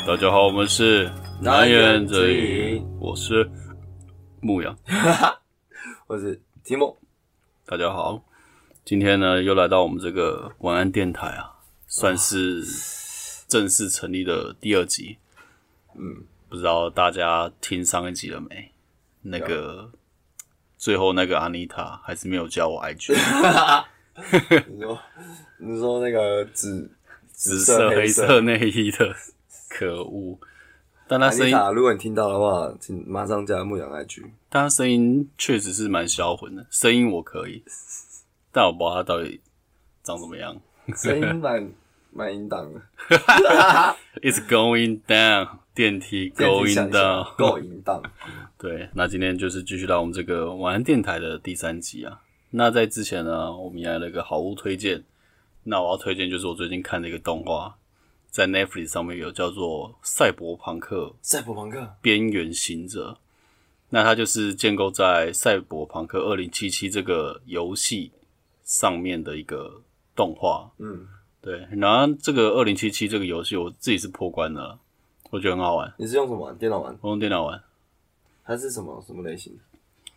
大家好，我们是南园之影，我是牧羊， 我是提莫。 大家好，今天呢又来到我们这个晚安电台啊，算是正式成立的第2集。不知道大家听上一集了没？那个最后那个阿妮塔还是没有加我 IG。 你说那个紫色黑色内衣的，可恶！但他声音， 如果你听到的话，请马上加牧羊 IG。 但他声音确实是蛮销魂的，声音我可以，但我不知道他到底长怎么样。 声音蛮淫荡的。 It's going down， 电梯 going down， 够淫荡。 对，那今天就是继续到我们这个晚安电台的第3集啊。那在之前呢，我们也来了个好物推荐。那我要推荐就是我最近看的一个动画，在 Netflix 上面有叫做《赛博朋克边缘行者》。那它就是建构在《赛博朋克2077》这个游戏上面的一个动画。对。然后这个2077这个游戏我自己是破关的了，我觉得很好玩。 你是用什么玩？电脑玩？ 我用电脑玩。 它是什么类型的？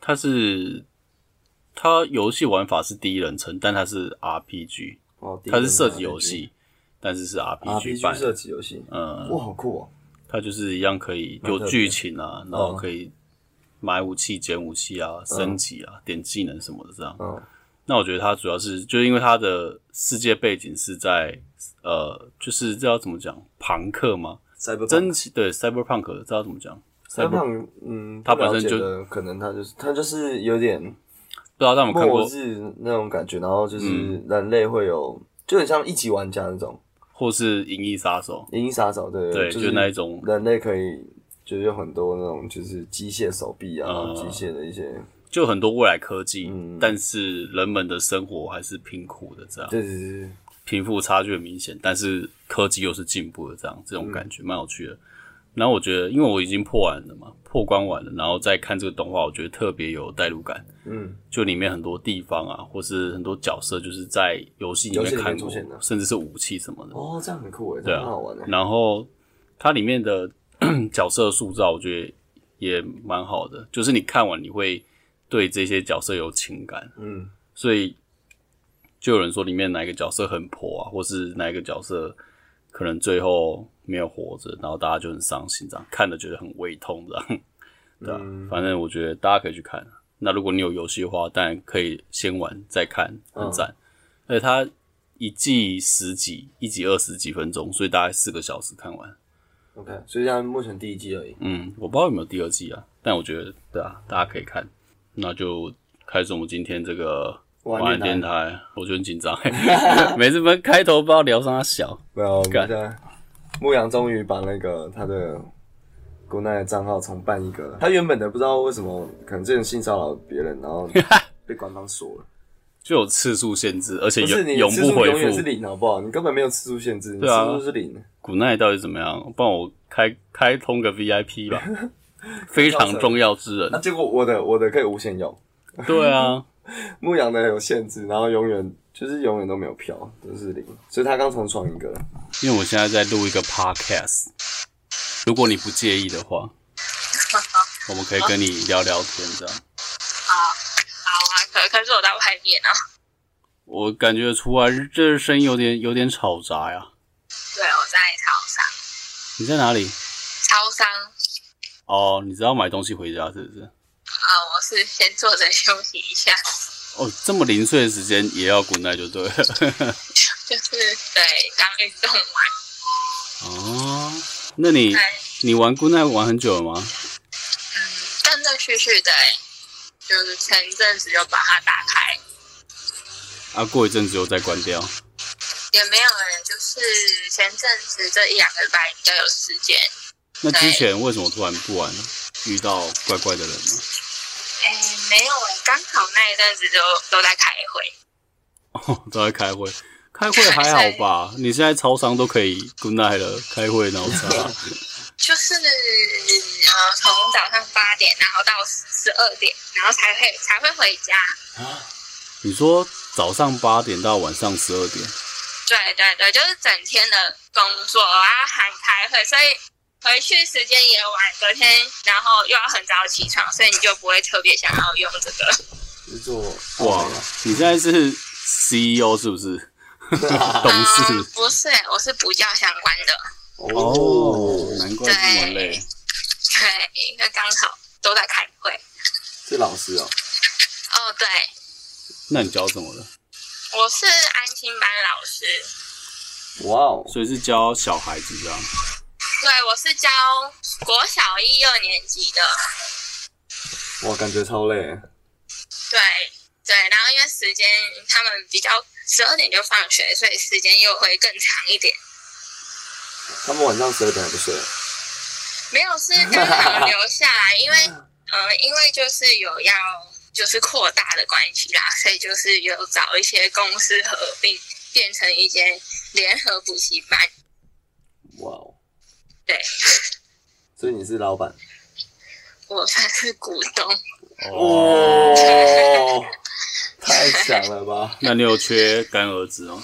它游戏玩法是第一人称，但它是 RPG。它是射击游戏，但是 RPG 版射击游戏。哇，好酷哦！ 它就是一样可以有剧情啊，然后可以买武器、捡武器啊、升级啊、点技能什么的这样。那我觉得它主要是就是因为它的世界背景是在就是这要怎么讲？朋克吗？对 Cyberpunk 这要怎么讲 ？Cyberpunk 它本身就可能它就是有点。 不知道他们看过末日那种感觉，然后就是人类会有，就很像一级玩家那种， 或是银翼杀手， 对， 就那一种人类可以就是有很多那种就是机械手臂啊，机械的一些， 就很多未来科技，但是人们的生活还是贫苦的这样， 对， 贫富差距很明显，但是科技又是进步的这种感觉蛮有趣的。然后我觉得，因为我已经破关完了，然后再看这个动画，我觉得特别有代入感。就里面很多地方啊，或是很多角色，就是在游戏里面看过，甚至是武器什么的。 哦，这样很酷诶， 对啊， 很好玩诶。 然后它里面的角色塑造，我觉得也蛮好的，就是你看完你会对这些角色有情感。所以就有人说里面哪一个角色很婆啊，或是哪一个角色可能最后没有活着，然后大家就很伤心，这样看了觉得很胃痛这样。对啊，反正我觉得大家可以去看。那如果你有游戏的话，当然可以先玩再看，很赞。而且它一季10集，一集20几分钟，所以大概4个小时看完。 OK， 所以现在目前第1季而已。 我不知道有没有第2季啊，但我觉得对啊，大家可以看。那就开始我们今天这个晚安电台，我就很紧张，每次开头不知道聊上他小。 没有，牧羊终于把那个他的国内的账号重办一个了。他原本的不知道为什么，可能之前性骚扰别人，然后被官方锁了， 就有次数限制，而且永不回复， 永远是0，好不好？你根本没有次数限制，你次数是0。 古奈到底怎么样？帮我开通个 VIP 吧，非常重要之人。 结果我的可以无限用。 对啊， 牧羊的有限制，然后永远都没有票，都是0，所以他刚重创一个。 因为我现在在录一个 podcast， 如果你不介意的话，我们可以跟你聊聊天这样。 好啊，可是我在外面啊。 我感觉出来这声音有点吵杂呀。 对，我在超商。 你在哪里？ 超商。 哦，你知道买东西回家是不是？ 我是先坐着休息一下。 哦，这么零碎的时间也要滚来就对了。 就是对，刚运动完。 哦，那你玩 Good Night 玩很久了吗？ 断断续续的，就是前一阵子就把它打开。 过一阵子又再关掉。 也没有就是前阵子这1-2个礼拜比较有时间。 那之前为什么突然不玩了？遇到怪怪的人吗？ 没有刚好那一阵子都在开会。 都在开会。开会还好吧？你现在超商都可以 Good Night 了，开会然后啥？ 就是从早上8点，然后到12点，然后才会回家。 你说早上8点到晚上12点？ 对，就是整天的工作，然后还开会，所以回去时间也晚，隔天然后又要很早起床，所以你就不会特别想要用这个。 是做哇，你现在是 CEO 是不是？董事？ 不是，我是补教相关的。 哦，难怪这么累。 对，因为刚好都在开会。 是老师哦。 哦，对。 那你教什么的？ 我是安亲班老师。 哇哦， 所以是教小孩子这样。 对，我是教国小1、2年级的。 哇，感觉超累。 对，然后因为时间他们比较12点就放学，所以时间又会更长一点。 他们晚上12点还不睡？ 没有，是刚好留下来，因为就是有要就是扩大的关系啦，所以就是有找一些公司合并，变成一间联合补习班。 哇哦！ 对， 所以你是老板？ 我算是股东。 哦，太强了吧！ 那你有缺干儿子哦？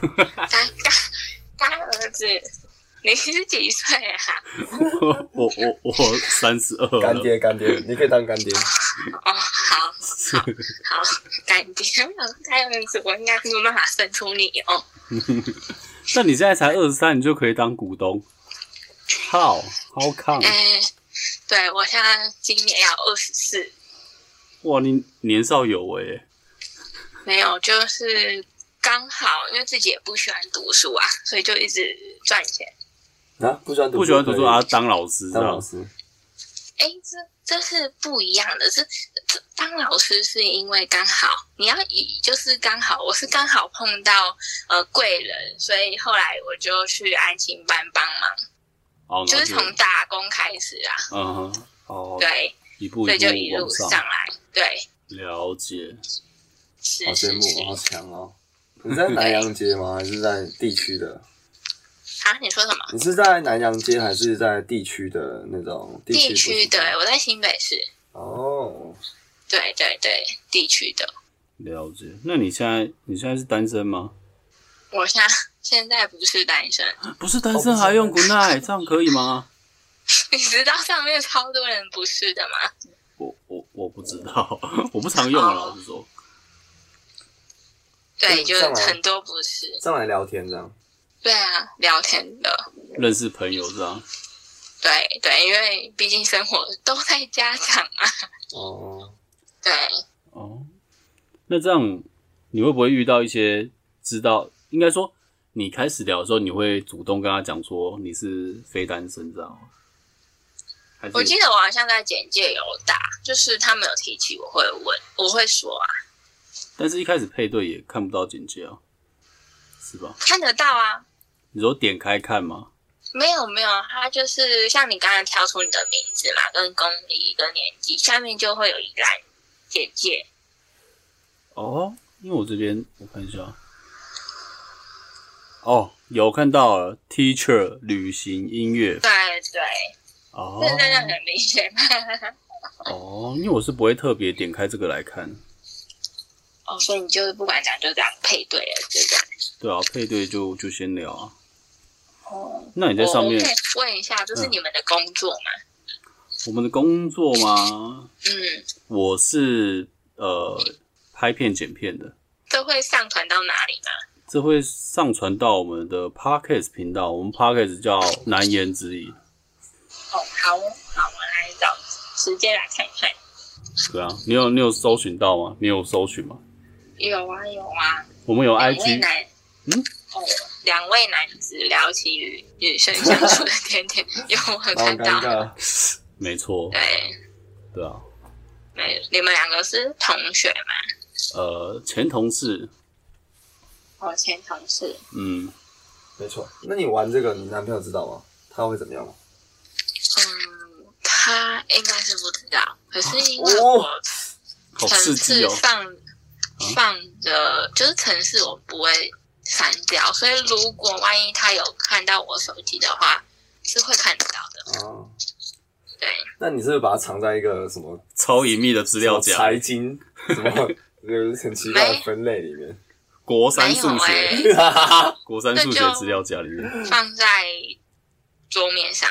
干儿子，你是几岁啊？ 我32了。 干爹，你可以当干爹。 哦，好，干爹，干儿子，我应该没有办法生出你哦。 那你现在才23，你就可以当股东？How come？ 对，我现在今年要24。 哇，你年少有为。 没有，就是刚好，因为自己也不喜欢读书啊，所以就一直赚钱。 啊，不喜欢读书啊，当老师。 这是不一样的。当老师是因为刚好你要就是刚好我是刚好碰到贵人，所以后来我就去安亲班帮忙。就是从打工开始啊。对，所以就一路上来。对， 了解。 好羡慕，好强哦！你在南阳街吗？还是在地区的？ 啊，你说什么？ 你是在南阳街还是在地区的那种地区的？我在新北市。 哦， 对，地区的。 了解。那你现在是单身吗？ 我现在不是单身。 不是单身还用 Good Night， 这样可以吗？ 你知道上面超多人不是的吗？ 我不知道，我不常用啊，老实说。 对，就是很多不是。 上来聊天这样。 对啊，聊天的。 认识朋友这样。 对，因为毕竟生活都在家长啊。 哦。 对。 哦。那这样你会不会遇到一些应该说你开始聊的时候，你会主动跟他讲说你是非单身这样吗？ 我记得我好像在简介有打，就是他们有提起，我会说啊。 但是一开始配对也看不到简介啊，是吧？ 看得到啊。 你说点开看吗？ 没有，它就是像你刚才挑出你的名字嘛，跟公里跟年纪，下面就会有一栏简介。 哦，因为我这边我看一下。哦，有看到了 ，Teacher 旅行音乐。 对。 哦， 这很明显。 哦，因为我是不会特别点开这个来看。 哦，所以你就是不管讲就这样配对了，就这样。 对啊，配对就先聊啊。 哦， 那你在上面我可以问一下，这是你们的工作吗？ 我们的工作吗？我是拍片剪片的。 这会上传到哪里吗？ 这会上传到我们的 Podcast 频道，我们 Podcast 叫难言之隐。 哦，好，我来找时间来看看。 对啊，你有搜寻到吗？你有搜寻吗？ 有啊。 我们有 IG。 2位男子聊起与女生相处的甜甜，有我看到。 没错。对啊。 你们两个是同学吗？ 前同事。 前同事。 没错。那你玩这个，你男朋友知道吗？他会怎么样吗？ 他应该是不知道，可是因为我程式放着，就是程式我不会删掉，所以如果万一他有看到我手机的话，是会看得到的。哦，对。 那你是不是把它藏在一个什么超隐秘的资料夹？ 财经什么很奇怪的分类里面？ 国三数学，国三数学资料夹里面， 放在桌面上。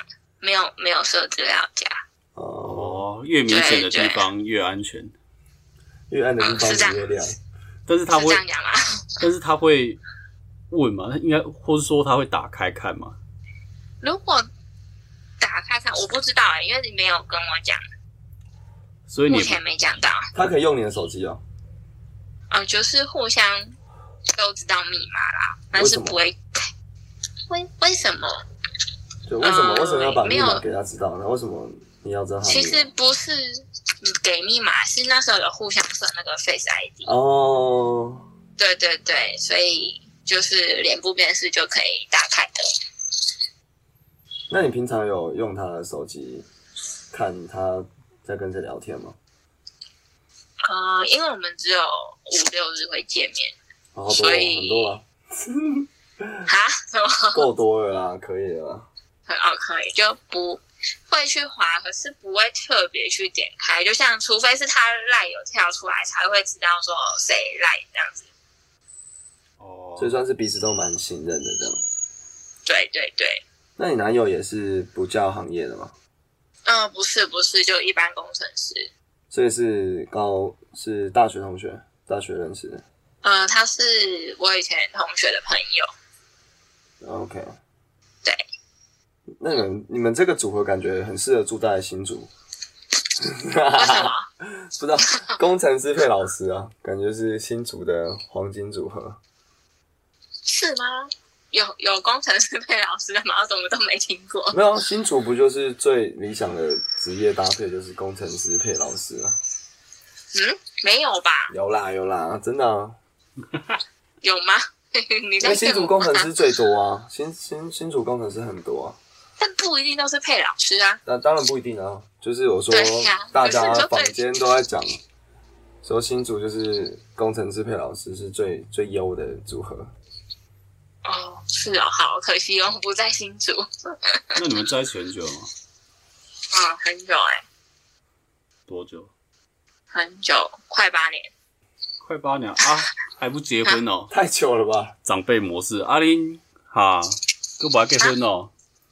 没有设资料夹。 哦，越明显的地方越安全， 越暗的地方越亮。 但是他会是这样讲吗？ 但是他会问嘛？应该或是说他会打开看嘛？ 如果打开看，我不知道因为你没有跟我讲， 所以你目前没讲到。 他可以用你的手机哦。 就是互相都知道密码啦，但是不会。为什么？ 就为什么要把密码给他知道呢？为什么你要知道他的密码？ 其实不是给密码，是那时候有互相设那个 Face ID。 哦， 对对对，所以就是脸部辨识就可以打开的。 那你平常有用他的手机看他在跟谁聊天吗？ 因为我们只有5-6日会见面， 好多所以很多啊。 什么？ 够多了啦，可以了啦。 可以，就不会去滑，可是不会特别去点开，就像除非是他赖有跳出来，才会知道说谁赖这样子。 哦， 所以算是彼此都蛮信任的这样。 对对对。 那你男友也是补教行业的吗？ 不是，就一般工程师。 所以是大学同学，大学认识的。 他是我以前同学的朋友。 OK。 对。 那你们这个组合感觉很适合住在新竹。 为什么？ 不知道，工程师配老师啊，感觉是新竹的黄金组合。 是吗？有工程师配老师的吗？我怎么都没听过。 没有，新竹不就是最理想的职业搭配就是工程师配老师啊？ 没有吧？ 有啦，真的啊。 有吗？你在因为新竹工程师最多啊，新竹工程师很多啊。 但不一定都是配老师啊。 当然不一定啊，就是我说大家坊间都在讲，说新竹就是工程师配老师是最优的组合。 是好可惜我不在新竹。 那你们在一起很久了吗？ 很久多久？ 很久，快8年。 快8年啊，还不结婚哦？ 太久了吧？ 长辈模式，阿玲哈，都不要结婚哦？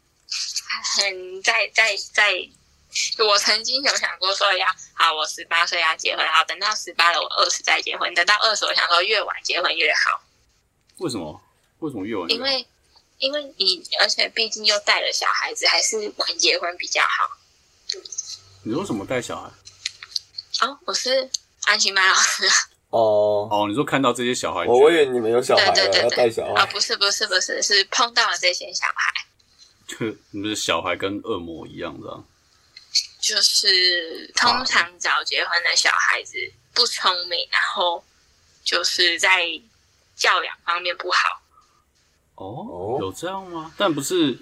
我曾经有想过说我18岁要结婚，然后等到18了我20再结婚，等到20我想说越晚结婚越好。 为什么越晚越好？ 因为你，而且毕竟又带了小孩子，还是晚结婚比较好。 你为什么带小孩？ 我是安亲班老师。 你说看到这些小孩， 我以为你们有小孩了， 对要带小孩。 不是，是碰到了这些小孩。 就你们的小孩跟恶魔一样的。 就是通常早结婚的小孩子不聪明，然后就是在教养方面不好。 有这样吗？但不是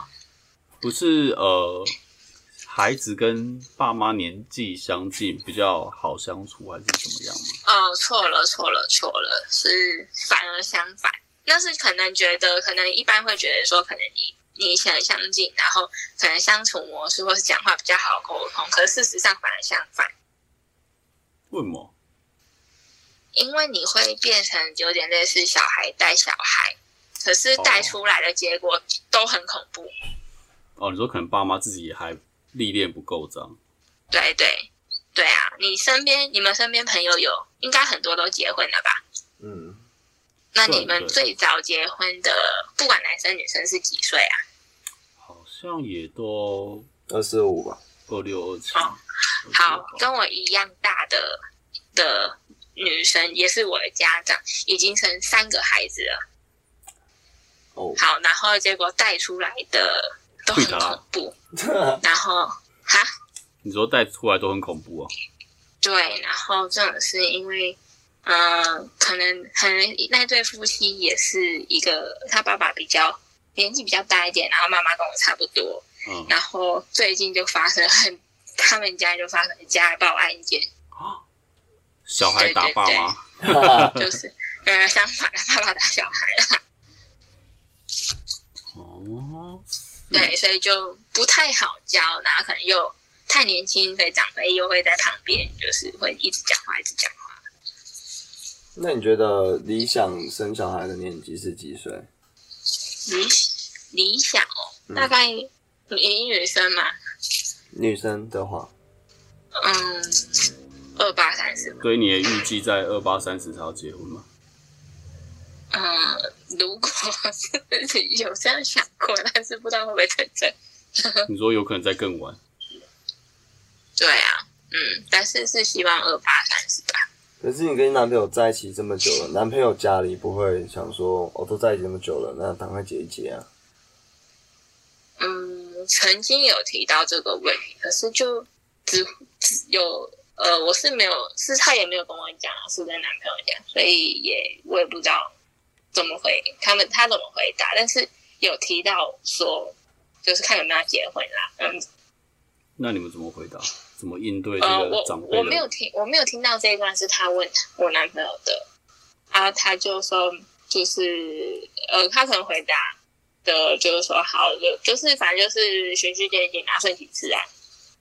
孩子跟爸妈年纪相近比较好相处，还是怎么样吗？ 错了，是反而相反。那是可能一般会觉得说，可能你很相近，然后可能相处模式或是讲话比较好沟通，可是事实上反而相反。 为什么？ 因为你会变成有点类似小孩带小孩，可是带出来的结果都很恐怖。 你说可能爸妈自己还历练不够这样。 对啊，你们身边朋友应该很多都结婚了吧？那你们最早结婚的，不管男生女生是几岁啊？ 好像也都 25吧 ，26、27。 好，跟我一样大的女生，也是我的家长，已经生3个孩子了。好，然后结果带出来的都很恐怖。然后你说带出来都很恐怖啊？ 对，然后这种是因为可能那对夫妻也是一个，他爸爸年纪比较大一点，然后妈妈跟我差不多。然后最近就他们家就发生家暴案件。 小孩打爸妈？ 就是相反的，爸爸打小孩啦。对，所以就不太好教，然后可能又太年轻，所以长辈又会在旁边，就是会一直讲话。 那你觉得理想生小孩的年纪是几岁？ 理想大概你女生嘛？ 女生的话 28、30。 所以你也预计在28、30才要结婚吗？ 如果是有这样想过，但是不知道会不会成真。 你说有可能再更晚？ 对啊，但是是希望28、30吧。 可是你跟你男朋友在一起这么久了，男朋友家里不会想说，都在一起这么久了，那赶快结一结啊？ 曾经有提到这个问题，可是就只有我是没有，是他也没有跟我讲啊，是跟男朋友讲，所以我也不知道怎么回他怎么回答，但是有提到说，就是看有没有结婚啦。 那你们怎么回答？怎么应对这个长辈的？ 我没有听到这一段是他问我男朋友的，他就说就是他可能回答的就是说好，就是反正就是循序渐进啊，顺其自然。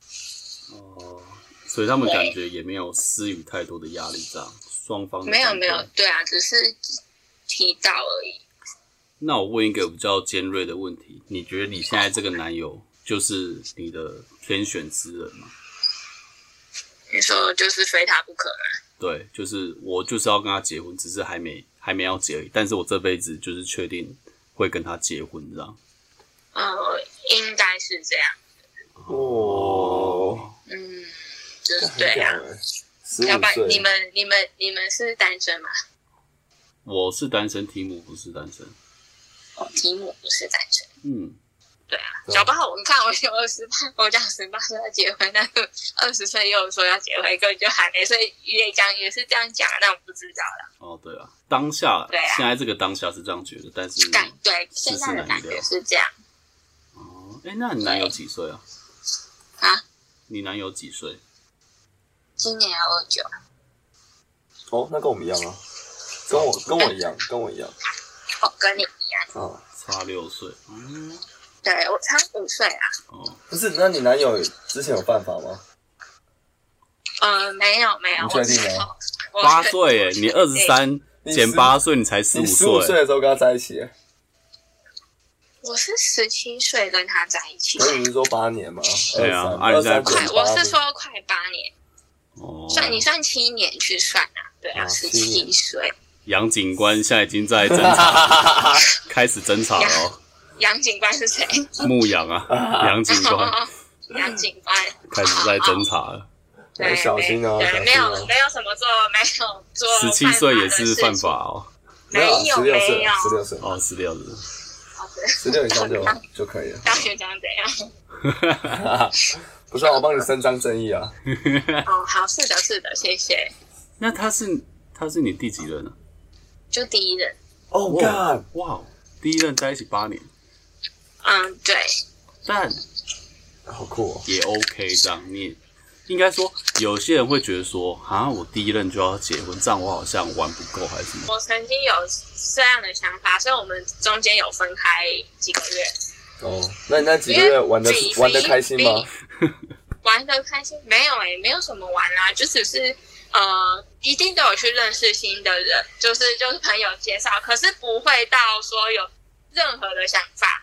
所以他们感觉也没有施予太多的压力，这样双方没有，对啊，只是提到而已。 那我问一个比较尖锐的问题，你觉得你现在这个男友就是你的天选之人吗？ 你说就是非他不可吗？ 对，就是我就是要跟他结婚，只是还没要结而已，但是我这辈子就是确定会跟他结婚，这样。 应该是这样。就是对啊。要不然你们是单身吗？ 我是单身，提姆不是单身。 提姆不是单身。对啊，小八我看我有28，我讲18岁要结婚，但是20岁又说要结婚，根本就还没，所以也是这样讲，但我不知道啦。 对啊，当下对啊， 现在这个当下是这样觉得，但是对现在的感觉是这样。 那你男友几岁啊？你男友几岁？ 今年要29。 那跟我们一样啊，跟我一样。 跟你一样。 差6岁。 对，我差5岁啊。 不是，那你男友之前有犯法吗？ 没有。 你确定吗 ？8岁耶，你23减8岁，你才15岁。 你15岁的时候跟他在一起耶？ 我是17岁跟他在一起。 所以你是说8年吗？ 对啊， 我是说快8年。你算7年去算啊？对啊，17岁。 杨警官现在已经在侦查，开始侦查了。 杨警官是谁？ 牧羊啊，杨警官。 杨警官开始在侦查了。 对，小心哦。 对，没有什么做，没有做。 17岁也是犯法哦。 没有 ，16岁。 16岁。 16以上就可以了。 大学长怎样？ 不是，我帮你伸张正义啊。 好，是的，谢谢。 那他是你第几任呢？ 就第一任。 God！ 哇，第一任在一起8年。 对。 但好酷哦， 也 OK 这样。你应该说，有些人会觉得说，我第一任就要结婚，这样我好像玩不够还是什么？ 我曾经有这样的想法，所以我们中间有分开几个月。 那你那几个月玩得开心吗？ 玩得开心没有没有什么玩啦，就只是一定都有去认识新的人，就是朋友介绍，可是不会到说有任何的想法。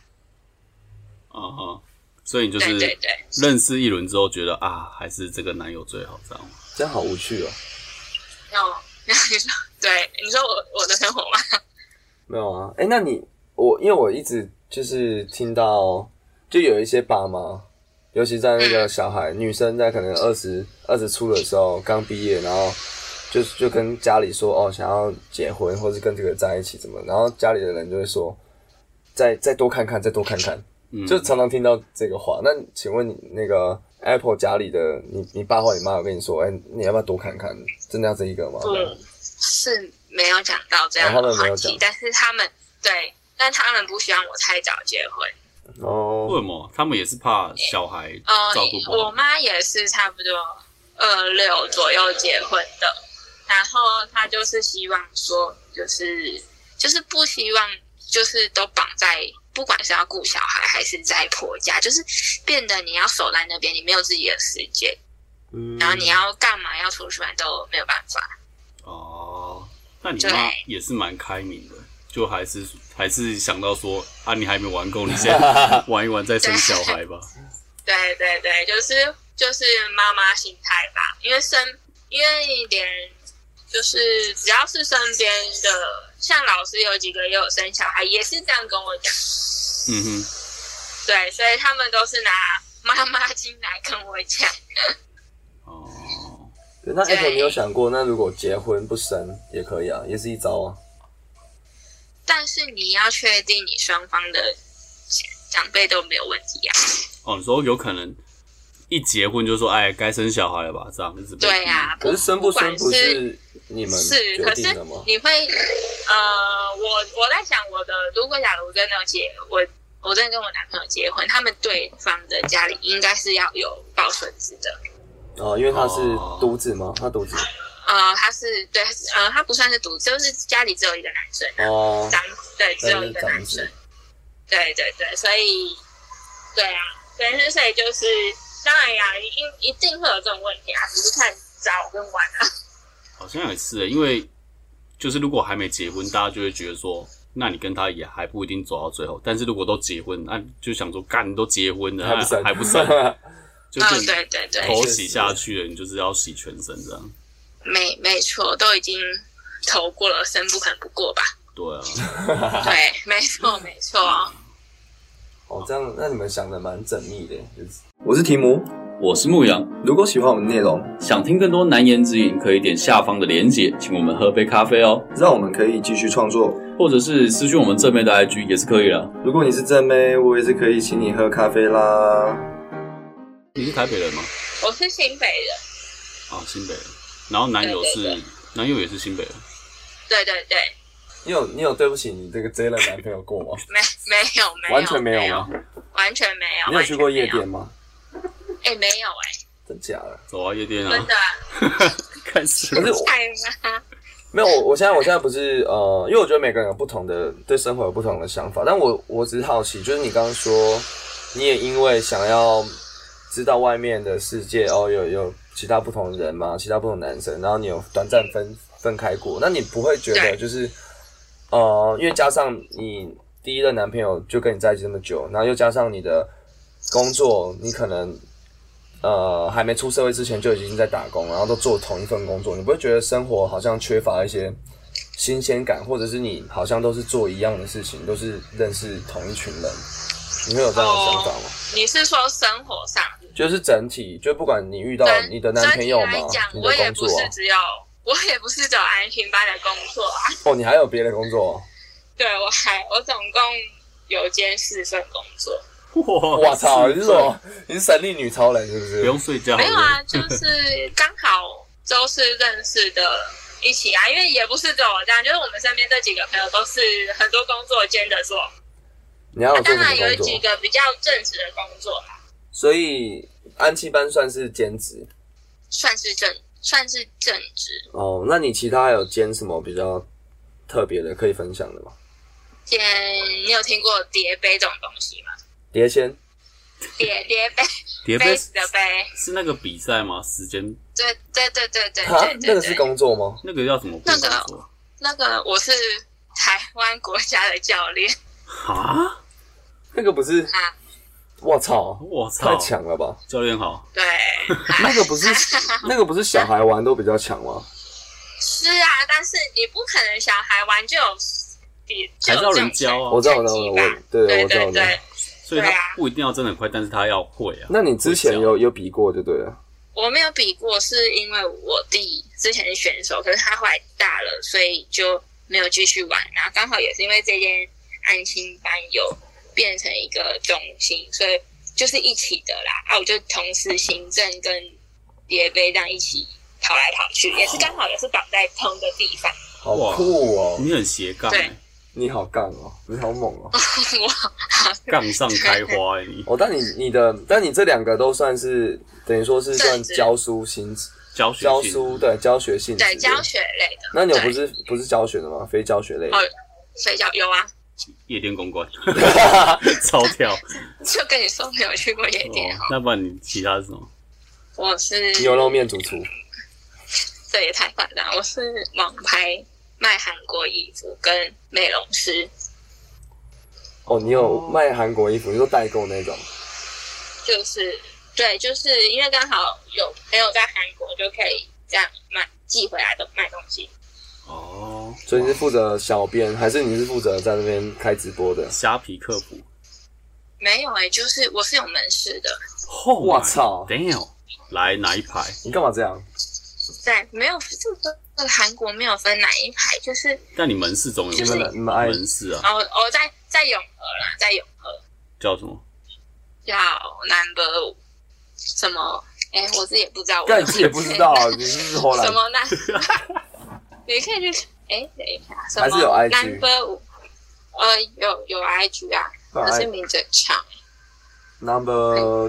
所以你就是认识一轮之后觉得还是这个男友最好，这样吗？ 这样好无趣哦。 你说我的生活吗？ 没有啊，那因为我一直就是听到，就有一些爸妈，尤其在那个小孩女生在可能20出的时候刚毕业，然后就跟家里说想要结婚，或是跟这个在一起怎么，然后家里的人就会说再多看看，就常常听到这个话。那请问你那个 Apple 家里的你爸或你妈有跟你说，你要不要多看看？真的要这一个吗？ 是没有讲到这样的话题，但是他们不希望我太早结婚。 为什么？他们也是怕小孩照顾不好。 我妈也是差不多26左右结婚的，然后她就是希望说，就是不希望就是都绑在，不管是要顾小孩还是在婆家，就是变得你要守在那边，你没有自己的时间，然后你要干嘛要出去玩都没有办法。 那你妈也是蛮开明的， 就还是想到说啊，你还没玩够，你先玩一玩再生小孩吧。 对对对，就是妈妈心态吧，因为连就是只要是身边的，像老师有几个也有生小孩，也是这样跟我讲。 嗯哼， 对，所以他们都是拿妈妈经来跟我讲。 哦， 那 Apple 你有想过，那如果结婚不生也可以啊，也是一招啊。 但是你要确定你双方的长辈都没有问题啊。 哦，你说有可能一结婚就说，哎，该生小孩了吧？这样子。 对啊， 可是生不生不是你们决定的吗？ 可是你会，我在想如果假如真的我真的跟我男朋友结婚，他们对方的家里应该是要有抱孙子的。 哦，因为他是独子吗？他独子。 他是对，他不算是独子，就是家里只有一个男生。 哦。 对，只有一个男生。对对对，所以，对啊，所以就是，当然呀，一定会有这种问题啊，只是看早跟晚啊。 好像也是，因为就是如果还没结婚，大家就会觉得说，那你跟他也还不一定走到最后。但是如果都结婚，那就想说，干你都结婚了，还不生，就是对对对， 头洗下去了，你就是要洗全身这样。 没错，都已经投过了，生不肯不过吧？ 对啊， 对，没错没错。 哦，这样那你们想的蛮缜密的，就是。我是提姆， 我是牧羊。 如果喜欢我们的内容， 想听更多难言之隐，可以点下方的连结，请我们喝杯咖啡哦， 让我们可以继续创作， 或者是私讯我们正妹的 IG 也是可以啦。 如果你是正妹，我也是可以请你喝咖啡啦。 你是台北人吗？ 我是新北人。 新北人。然后男友也是新北人。 对对对。 你有对不起你这个 J 的男朋友过吗？ 没有， 完全没有吗？ 完全没有。 你有去过夜店吗？ 没有真假的？ 走啊，夜店啊！ 真的啊。 开始。 可是没有，我现在不是因为我觉得每个人有不同的对生活有不同的想法，但我只是好奇，就是你刚刚说你也因为想要知道外面的世界有其他不同的人嘛，其他不同的男生，然后你有短暂分开过，那你不会觉得就是因为加上你第一任男朋友就跟你在一起这么久，然后又加上你的工作，你可能还没出社会之前就已经在打工，然后都做同一份工作，你不会觉得生活好像缺乏一些新鲜感，或者是你好像都是做一样的事情，都是认识同一群人，你会有这样的想法吗？ 你是说生活上？ 就是整体，就不管你遇到你的男朋友嘛，你的工作我也不是只有安心班的工作啊。 哦，你还有别的工作？ 对，我总共有兼4份工作。 我操！你是说你是神力女超人是不是？ 不用睡觉？ 没有啊，就是刚好都是认识的一起啊，因为也不是只有我这样，就是我们身边这几个朋友都是很多工作兼着做。 你还有做什么工作？ 当然有几个比较正职的工作啦。 所以安亲班算是兼职， 算是正职。 哦，那你其他还有兼什么比较特别的可以分享的吗？ 你有听过叠杯这种东西吗？ 碟仙？ 叠杯， 杯子的杯是那个比赛吗？时间？ 对。 那个是工作吗？ 那个要怎么工作？ 那个我是台湾国家的教练。 哈？ 那个不是？我操！太强了吧！ 教练好。 对。 那个不是小孩玩都比较强吗？ 是啊，但是你不可能小孩玩就有还是要人教啊。 我知道，对， 所以他不一定要真的很快，但是他要会啊。 那你之前有比过就对了。 我没有比过，是因为我弟之前是选手，可是他后来大了，所以就没有继续玩。然后刚好也是因为这间安亲班有变成一个中心，所以就是一起的啦。我就同时行政跟叠杯这样一起跑来跑去，也是刚好也是绑在同一个地方。 好酷哦！ 你很斜杠对。 你好杠哦，你好猛哦！ 杠上开花你。 哦，但你这两个都算是等于说是算教书性质，教书对教学性质， 对教学类的。 那你有不是教学的吗？非教学类的？ 非教有啊。 夜店公关，超跳。 就跟你说没有去过夜店。 那不然你其他是什么？ 我是牛肉面主厨。 这也太夸张！我是网拍卖韩国衣服跟美容师。 哦，你有卖韩国衣服，你说代购那种？ 就是对，就是因为刚好有朋友在韩国，就可以这样寄回来的卖东西。 哦， 所以你是负责小编，还是你是负责在那边开直播的？ 虾皮客服？ 没有就是我是有门市的。 我操 ！Damn， 来哪一排？ 你干嘛这样？ 对，没有这个韩国没有分哪一排，就是。 但你门市总有门市啊？ 哦，在永和啦，在永和。 叫什么？ 叫 Number 什么？我自己也不知道。 但你自己也不知道，你是后来什么呢？你可以去等一下，什么还是有 IG Number 有 IG 啊，可是名字很长。 Number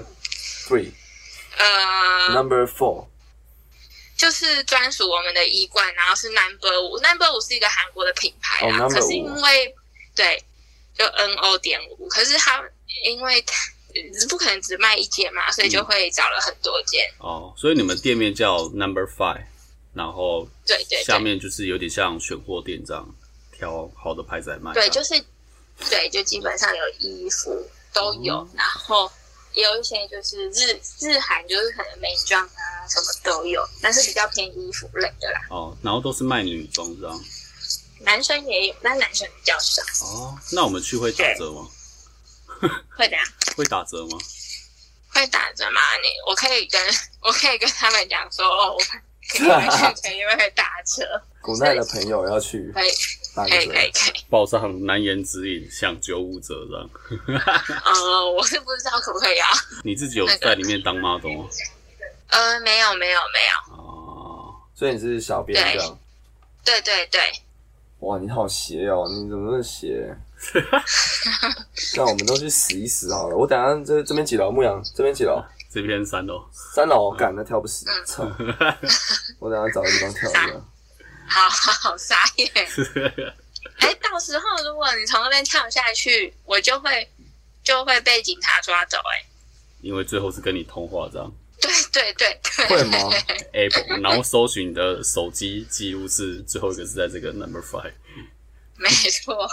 3。Number 4。 就是专属我们的衣冠，然后是 Number 5是一个韩国的品牌啦，可是因为对，就 NO.5，可是它因为不可能只卖一件嘛，所以就会找了很多件。 哦，所以你们店面叫 Number 5，然后对， 下面就是有点像选货店这样，挑好的牌子来卖。 对，就基本上有衣服都有，然后也有一些就是日韩，就是可能美妆啊什么都有，但是比较偏衣服类的啦。 哦，然后都是卖女装这样。 男生也有，但男生比较少。 哦，那我们去会打折吗？ 会的。 会打折吗？ 会打折吗？我可以跟他们讲说，我可以去，因为会打折。 古奈的朋友要去， 可以。 报上难言之隐，享95折这样。 我是不知道可不可以啊。 你自己有在里面当 model 吗？ 没有。 哦， 所以你是小编这样。 对。 哇，你好邪哦！你怎么那么邪？那我们都去死一死好了。我等一下这边几楼？牧羊这边几楼？ 这边3楼。 3楼，干那跳不死，操！我等一下找个地方跳一下。 好傻眼！到时候如果你从那边跳下去，我就会被警察抓走因为最后是跟你通话这样。 对。 会吗 ？Apple， 然后搜寻你的手机记录是最后一个是在这个 Number 5。 没错。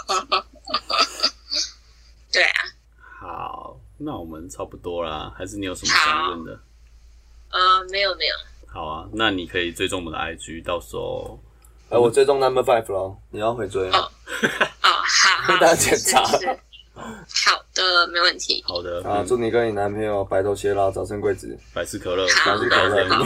对啊。 好，那我们差不多啦，还是你有什么想问的？ 没有。 好啊，那你可以追踪我们的 IG， 到时候。 我追踪 Number 5咯，你要回追。 好。 跟大家检查。 好的，没问题。 好的。 祝你跟你男朋友白头偕老，早生贵子。 百事可乐。 好。 祝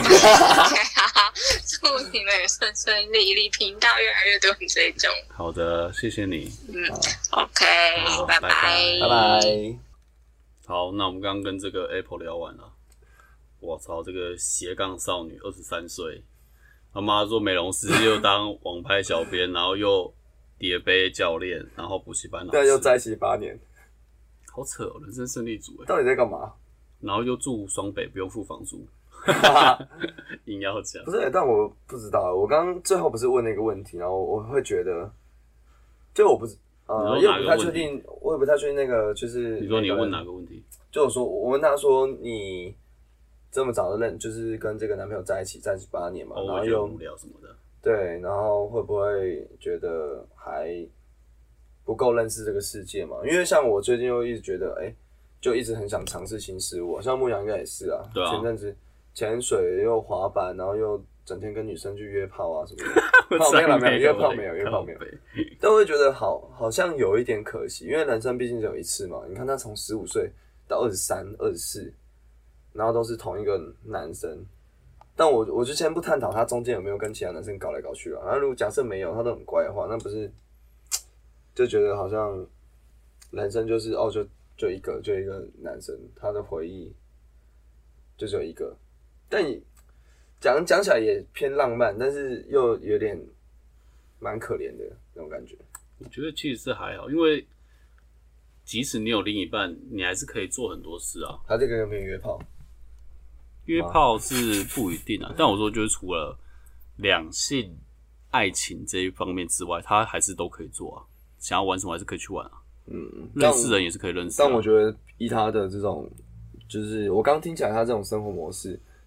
你们也顺顺利利，频道越来越多人追踪。 好的，谢谢你。 OK， 拜拜。 拜拜。 好，那我们刚刚跟这个 Apple 聊完了。我操，这个斜杠少女23岁，他妈做美容师，又当网拍小编，然后又叠杯教练，然后补习班老师， 对，又在一起8年， 好扯哦，人生胜利组到底在干嘛？ 然后又住双北，不用付房租，硬要讲。 不是，但我不知道，我刚刚最后不是问那个问题，然后我会觉得，就我不因为我不太确定，我也不太确定那个就是。 你说你问哪个问题？ 就我问他说你这么早的就是跟这个男朋友在一起8年嘛，然后又无聊什么的。 对，然后会不会觉得还不够认识这个世界嘛？因为像我最近又一直觉得，就一直很想尝试新事物，像牧羊应该也是啊。 对啊。 前阵子潜水又滑板，然后又整天跟女生去约炮啊什么的。泡没有，约炮没有。但我会觉得好像有一点可惜，因为人生毕竟只有一次嘛。你看他从15岁到23、24，然后都是同一个男生。但我就先不探讨他中间有没有跟其他男生搞来搞去啊。然后如果假设没有，他都很乖的话，那不是就觉得好像人生就是就一个男生，他的回忆就只有一个。但你讲起来也偏浪漫，但是又有点蛮可怜的那种感觉。 我觉得其实是还好，因为即使你有另一半，你还是可以做很多事啊。 他这个跟别人约炮。 约炮是不一定啊，但我说就是除了两性爱情这一方面之外，他还是都可以做啊。想要玩什么还是可以去玩啊。认识人也是可以认识。 但我觉得以他的这种，就是我刚听起来他这种生活模式，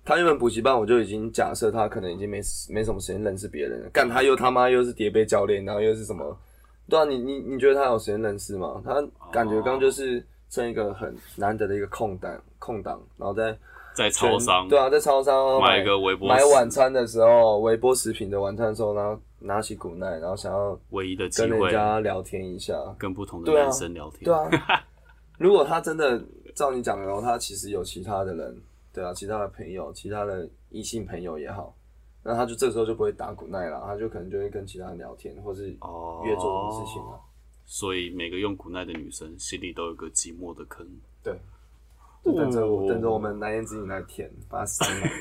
他原本补习班，我就已经假设他可能已经没什么时间认识别人了。干他他妈又是叠杯教练，然后又是什么？对啊，你觉得他有时间认识吗？他感觉刚就是趁一个很难得的一个空档，然后在超商， 对啊，在超商买一个微波买晚餐的时候，微波食品的晚餐的时候，然后拿起古奈，然后想要唯一的机会跟人家聊天一下， 跟不同的男生聊天。 对啊，如果他真的照你讲的，他其实有其他的人，对啊，其他的朋友，其他的异性朋友也好，那他就这时候就不会打古奈了，他就可能就会跟其他人聊天，或是约做什么事情了。 所以每个用古奈的女生心里都有个寂寞的坑。 对。就等着我们难言之隐来填，把它塞满。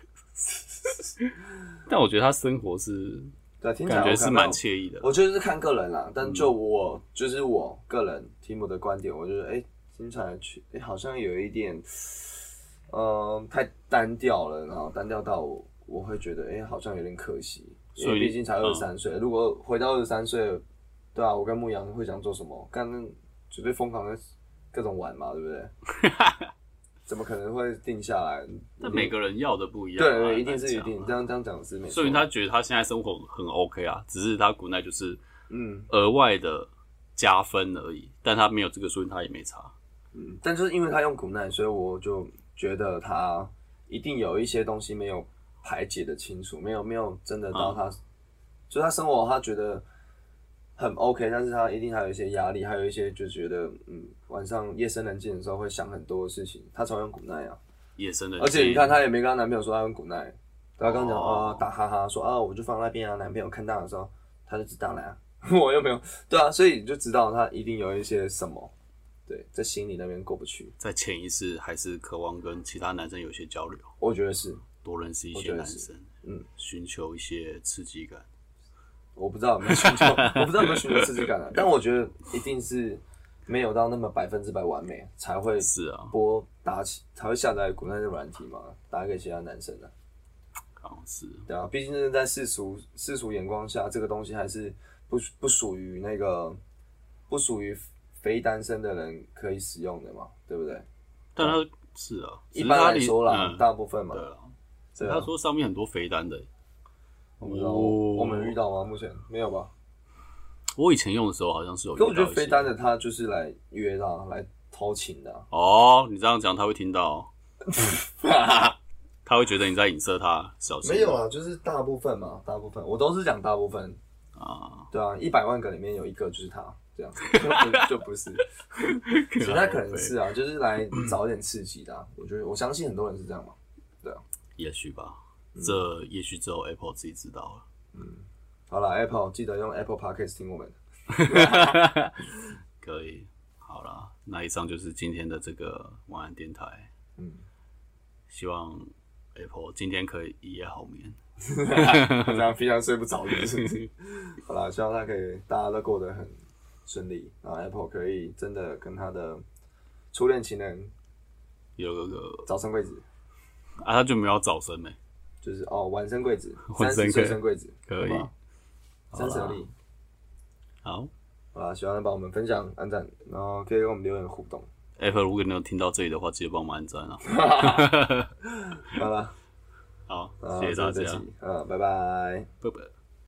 但我觉得他生活是， 对，听起来感觉是蛮惬意的。 我觉得是看个人啦，但就我个人提姆的观点，我觉得听起来好像有一点，太单调了，然后单调到我会觉得好像有点可惜，因为毕竟才23岁，如果回到23岁，对啊，我跟牧羊会想做什么？干绝对疯狂的各种玩嘛，对不对？怎么可能会定下来？ 但每个人要的不一样。 对，一定是一定。这样讲是没错。 所以他觉得他现在生活很 OK 啊，只是他古奈就是额外的加分而已，但他没有这个，所以他也没差。 但就是因为他用古奈，所以我就觉得他一定有一些东西没有排解的清楚，没有真的到他，所以他生活他觉得很 OK， 但是他一定还有一些压力，还有一些就觉得晚上夜深人静的时候会想很多的事情，他才用古奈啊。 夜深人静， 而且你看他也没跟他男朋友说他用古奈，他刚讲打哈哈说我就放那边啊，男朋友看到的时候他就知道了啊，我又没有，对啊，所以你就知道他一定有一些什么，对，在心里那边过不去， 在潜意识还是渴望跟其他男生有些交流， 我觉得是多认识一些男生，寻求一些刺激感。 我不知道有没有寻求，我不知道有没有寻求刺激感啊，但我觉得一定是没有到那么100%完美，才会才会下载古奈的软体嘛，打给其他男生啊。 好像是， 对啊，毕竟是在世俗眼光下，这个东西还是不属于不属于非单身的人可以使用的嘛，对不对？ 但他是啊， 一般来说啦，大部分嘛。 对啊，他说上面很多肥单的。 我不知道，我们有遇到吗？目前没有吧。 我以前用的时候好像是有遇到。 可我觉得飞单的他就是来约的，来偷情的。 你这样讲他会听到，他会觉得你在影射他，小心。 没有啦，就是大部分嘛，大部分我都是讲大部分啊。对啊，100万个里面有一个就是他，这样就不是。其他可能是啊，就是来找点刺激的。我相信很多人是这样嘛。对啊， 也许吧。这也许只有 Apple 自己知道了。 好啦 Apple 记得用 Apple Podcast 听我们。 可以，好啦，那以上就是今天的这个晚安电台。希望 Apple 今天可以一夜好眠。 这样平常睡不着的是不是？好啦，希望大家都过得很顺利，然后 Apple 可以真的跟他的初恋情人有个早生贵子。 他就没有早生没？ 就是晚生贵子，30岁生贵子， 可以 ，30而立。 好啦，喜欢的帮我们分享、按赞，然后可以跟我们留言互动。 Apple 如果你有听到这里的话，记得帮我们按赞啊。 好了， 好，谢谢大家， 拜拜。 拜拜。